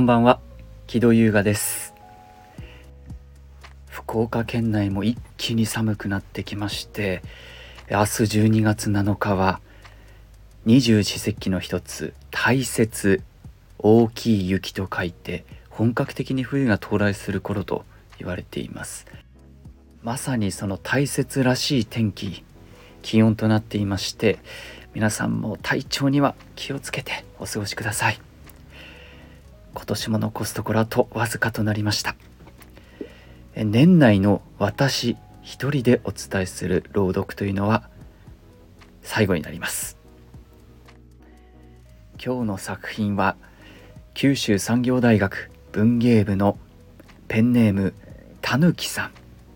こんばんは、木戸優雅です。福岡県内も一気に寒くなってきまして、明日12月7日は二十四節気の一つ大雪、大きい雪と書いて本格的に冬が到来する頃と言われています。まさにその大雪らしい天気、気温となっていまして、皆さんも体調には気をつけてお過ごしください。今年も残すところあとわずかとなりました。年内の私一人でお伝えする朗読というのは最後になります。今日の作品は九州産業大学文芸部のペンネームたぬきさん、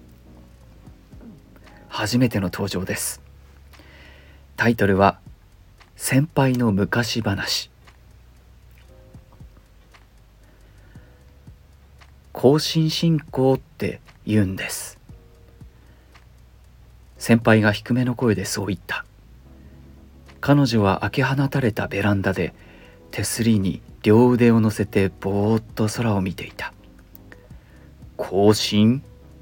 初めての登場です。タイトルは先輩の昔話。更新進行って言うんです。先輩が低めの声でそう言った。彼女は開け放たれたベランダで手すりに両腕を乗せてぼーっと空を見ていた。更新？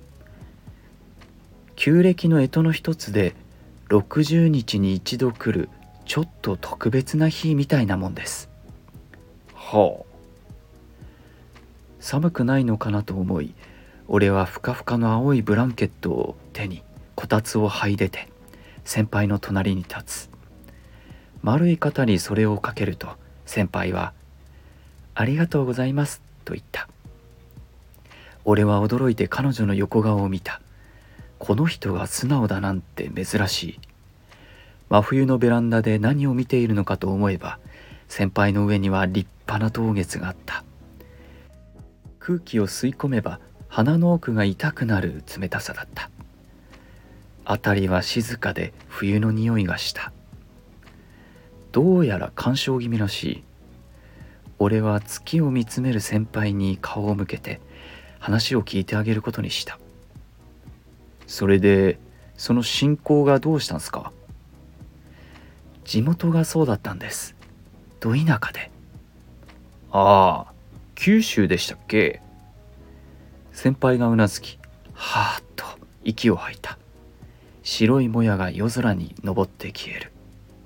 旧暦の干支の一つで60日に一度来るちょっと特別な日みたいなもんです。はあ。寒くないのかなと思い、俺はふかふかの青いブランケットを手にこたつを這い出て先輩の隣に立つ。丸い肩にそれをかけると先輩はありがとうございますと言った。俺は驚いて彼女の横顔を見た。この人が素直だなんて珍しい。真冬のベランダで何を見ているのかと思えば、先輩の上には立派な冬月があった。空気を吸い込めば鼻の奥が痛くなる冷たさだった。辺りは静かで冬の匂いがした。どうやら干渉気味らしい。俺は月を見つめる先輩に顔を向けて話を聞いてあげることにした。それでその進行がどうしたんすか？地元がそうだったんです。ど田舎で。ああ、九州でしたっけ？先輩がうなずき、はーっと息を吐いた。白いもやが夜空に昇って消える。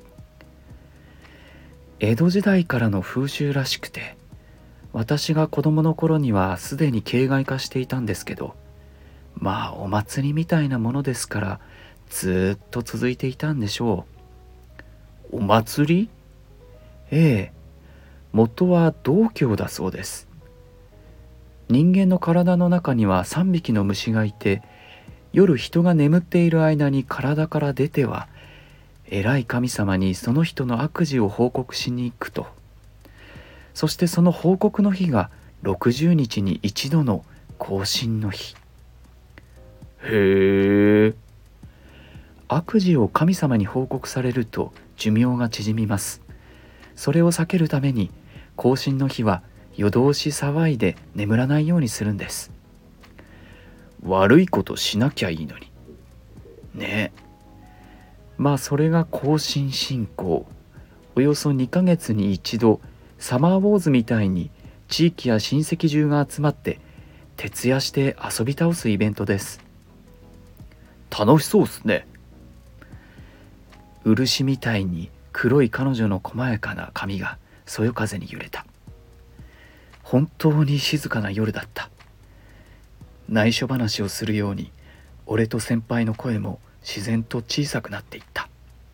江戸時代からの風習らしくて、私が子供の頃にはすでに形骸化していたんですけど、まあお祭りみたいなものですからずっと続いていたんでしょう。お祭り？ええ、元は道教だそうです。人間の体の中には3匹の虫がいて、夜人が眠っている間に体から出ては偉い神様にその人の悪事を報告しに行くと。そしてその報告の日が60日に一度の更新の日。へえ。悪事を神様に報告されると寿命が縮みます。それを避けるために更新の日は夜通し騒いで眠らないようにするんです。悪いことしなきゃいいのにね。え、まあそれが更新進行。およそ2ヶ月に一度、サマーウォーズみたいに地域や親戚中が集まって徹夜して遊び倒すイベントです。楽しそうっすね。漆みたいに黒い彼女の細やかな髪がそよ風に揺れた。本当に静かな夜だった。内緒話をするように俺と先輩の声も自然と小さくなっていった。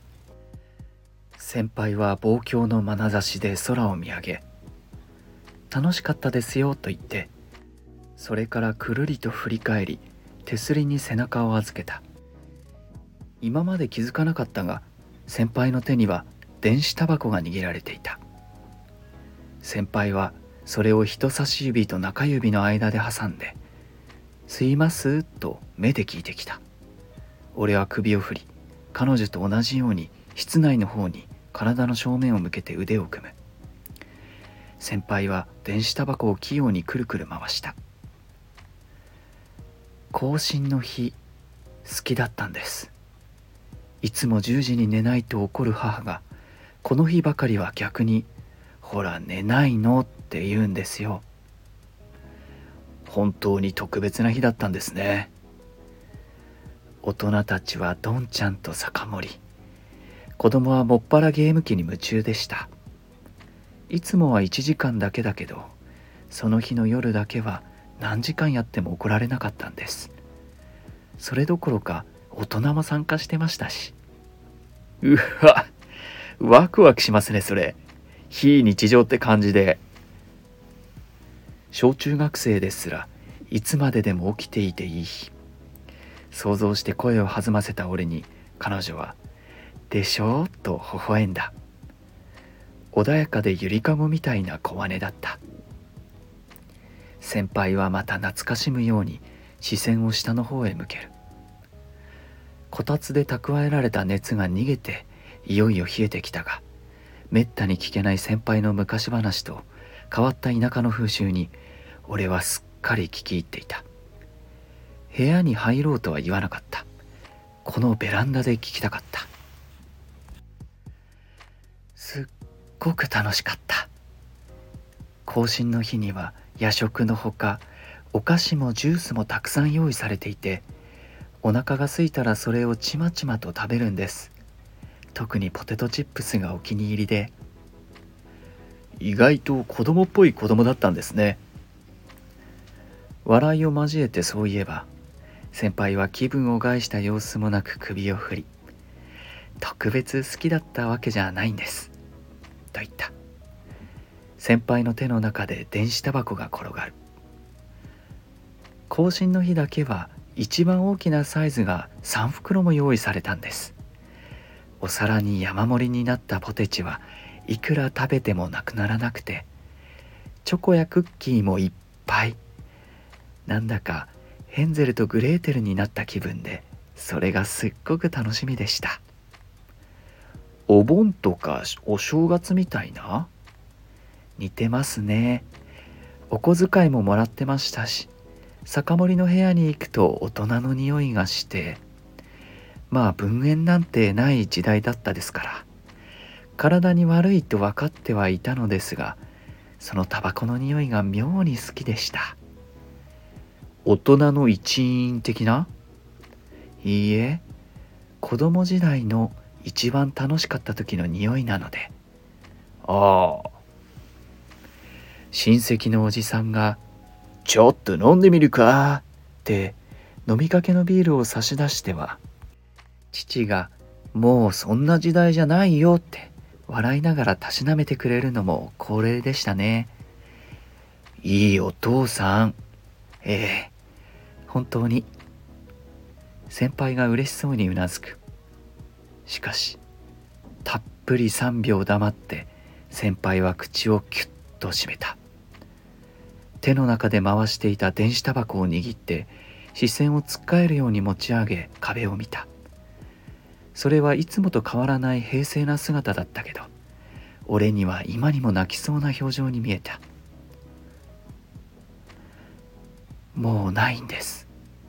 先輩は望郷の眼差しで空を見上げ、楽しかったですよと言って、それからくるりと振り返り手すりに背中を預けた。今まで気づかなかったが、先輩の手には電子タバコが握られていた。先輩はそれを人差し指と中指の間で挟んで、吸いますと目で聞いてきた。俺は首を振り、彼女と同じように室内の方に体の正面を向けて腕を組む。先輩は電子タバコを器用にくるくる回した。更新の日、好きだったんです。いつも10時に寝ないと怒る母が、この日ばかりは逆にほら寝ないのって言うんですよ。 本当に特別な日だったんですね。大人たちはどんちゃんと酒盛り、子供はもっぱらゲーム機に夢中でした。いつもは1時間だけだけど、その日の夜だけは何時間やっても怒られなかったんです。それどころか大人も参加してましたし。うわ、ワクワクしますねそれ。非日常って感じで。小中学生ですらいつまででも起きていていい日。想像して声を弾ませた俺に彼女は「でしょ?」と微笑んだ。穏やかでゆりかごみたいな小姉だった。先輩はまた懐かしむように視線を下の方へ向ける。こたつで蓄えられた熱が逃げていよいよ冷えてきたが、めったに聞けない先輩の昔話と変わった田舎の風習に俺はすっかり聞き入っていた。部屋に入ろうとは言わなかった。このベランダで聞きたかった。すっごく楽しかった。行進の日には夜食のほかお菓子もジュースもたくさん用意されていて、お腹が空いたらそれをちまちまと食べるんです。特にポテトチップスがお気に入りで。意外と子供っぽい子供だったんですね。笑いを交えてそういえば、先輩は気分を害した様子もなく首を振り、特別好きだったわけじゃないんですと言った。先輩の手の中で電子タバコが転がる。行進の日だけは一番大きなサイズが3袋も用意されたんです。お皿に山盛りになったポテチはいくら食べてもなくならなくて、チョコやクッキーもいっぱい。なんだかヘンゼルとグレーテルになった気分で、それがすっごく楽しみでした。お盆とかお正月みたいな？似てますね。お小遣いももらってましたし、酒盛りの部屋に行くと大人の匂いがして、まあ分煙なんてない時代だったですから、体に悪いと分かってはいたのですが、そのタバコの匂いが妙に好きでした。大人の一員的な？いいえ、子供時代の一番楽しかった時の匂いなので。ああ。親戚のおじさんが「ちょっと飲んでみるか」って飲みかけのビールを差し出しては、父が「もうそんな時代じゃないよ」って笑いながらたしなめてくれるのも恒例でしたね。いいお父さん。ええ、本当に。先輩が嬉しそうにうなずく。しかしたっぷり3秒黙って先輩は口をキュッと閉めた。手の中で回していた電子タバコを握って視線をつっかえるように持ち上げ壁を見た。それはいつもと変わらない平静な姿だったけど、俺には今にも泣きそうな表情に見えた。もうないんです。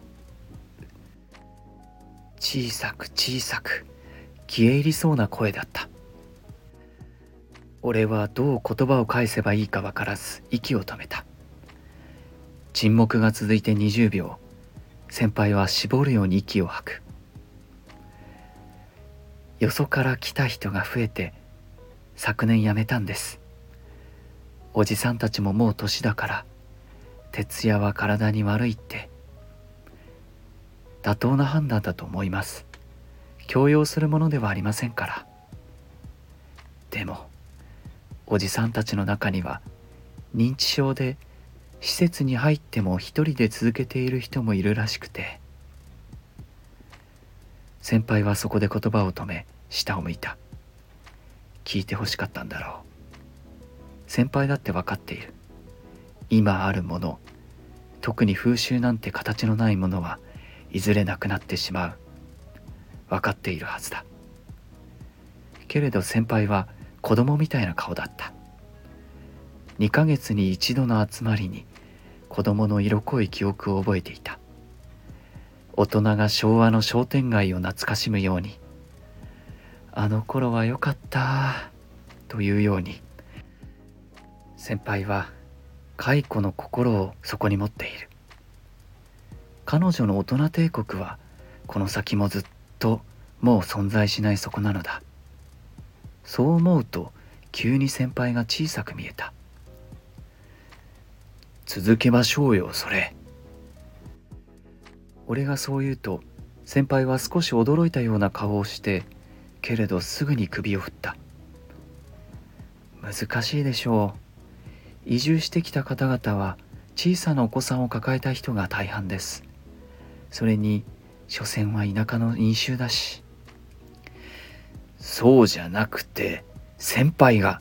小さく小さく消え入りそうな声だった。俺はどう言葉を返せばいいか分からず息を止めた。沈黙が続いて20秒、先輩は絞るように息を吐く。よそから来た人が増えて昨年辞めたんです。おじさんたちももう年だから徹夜は体に悪いって。妥当な判断だと思います。強要するものではありませんから。でもおじさんたちの中には認知症で施設に入っても一人で続けている人もいるらしくて。先輩はそこで言葉を止め下を向いた。聞いてほしかったんだろう。先輩だって分かっている。今あるもの、特に風習なんて形のないものはいずれなくなってしまう。分かっているはずだ。けれど先輩は子供みたいな顔だった。2ヶ月に一度の集まりに子供の色濃い記憶を覚えていた。大人が昭和の商店街を懐かしむように、あの頃は良かったというように、先輩は蚕の心をそこに持っている。 彼女の大人帝国はこの先もずっともう存在しないそこなのだ。そう思うと急に先輩が小さく見えた。続けましょうよ、それ。俺がそう言うと先輩は少し驚いたような顔をして、けれどすぐに首を振った。難しいでしょう。移住してきた方々は小さなお子さんを抱えた人が大半です。それに所詮は田舎の飲酒だし。そうじゃなくて先輩が。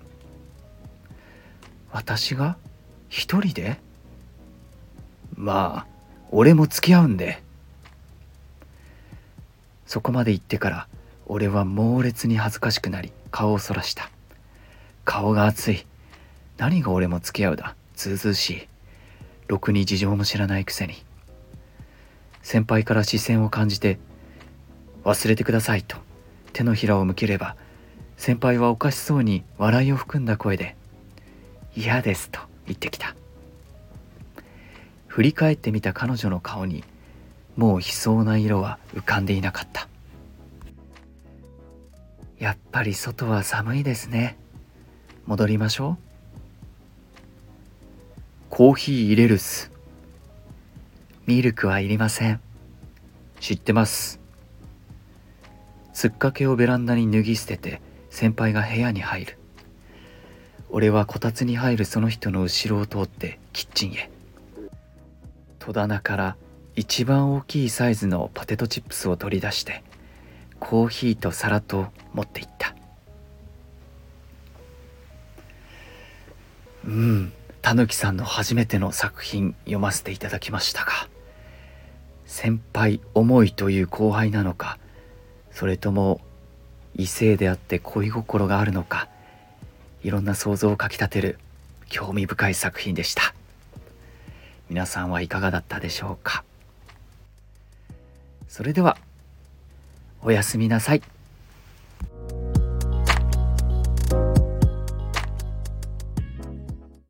私が一人で？まあ俺も付き合うんで。そこまで言ってから俺は猛烈に恥ずかしくなり顔をそらした。顔が熱い。何が俺も付き合うだ、ずうずうしい。ろくに事情も知らないくせに。先輩から視線を感じて、忘れてくださいと手のひらを向ければ、先輩はおかしそうに笑いを含んだ声で、嫌ですと言ってきた。振り返ってみた彼女の顔にもう悲壮な色は浮かんでいなかった。やっぱり外は寒いですね。戻りましょう。コーヒー入れるっす。ミルクはいりません。知ってます。つっかけをベランダに脱ぎ捨てて先輩が部屋に入る。俺はこたつに入るその人の後ろを通ってキッチンへ。戸棚から一番大きいサイズのポテトチップスを取り出してコーヒーと皿と持っていった。たぬきさんの初めての作品読ませていただきましたが、先輩思いという後輩なのか、それとも異性であって恋心があるのか、いろんな想像をかきたてる興味深い作品でした。皆さんはいかがだったでしょうか。それではおやすみなさい。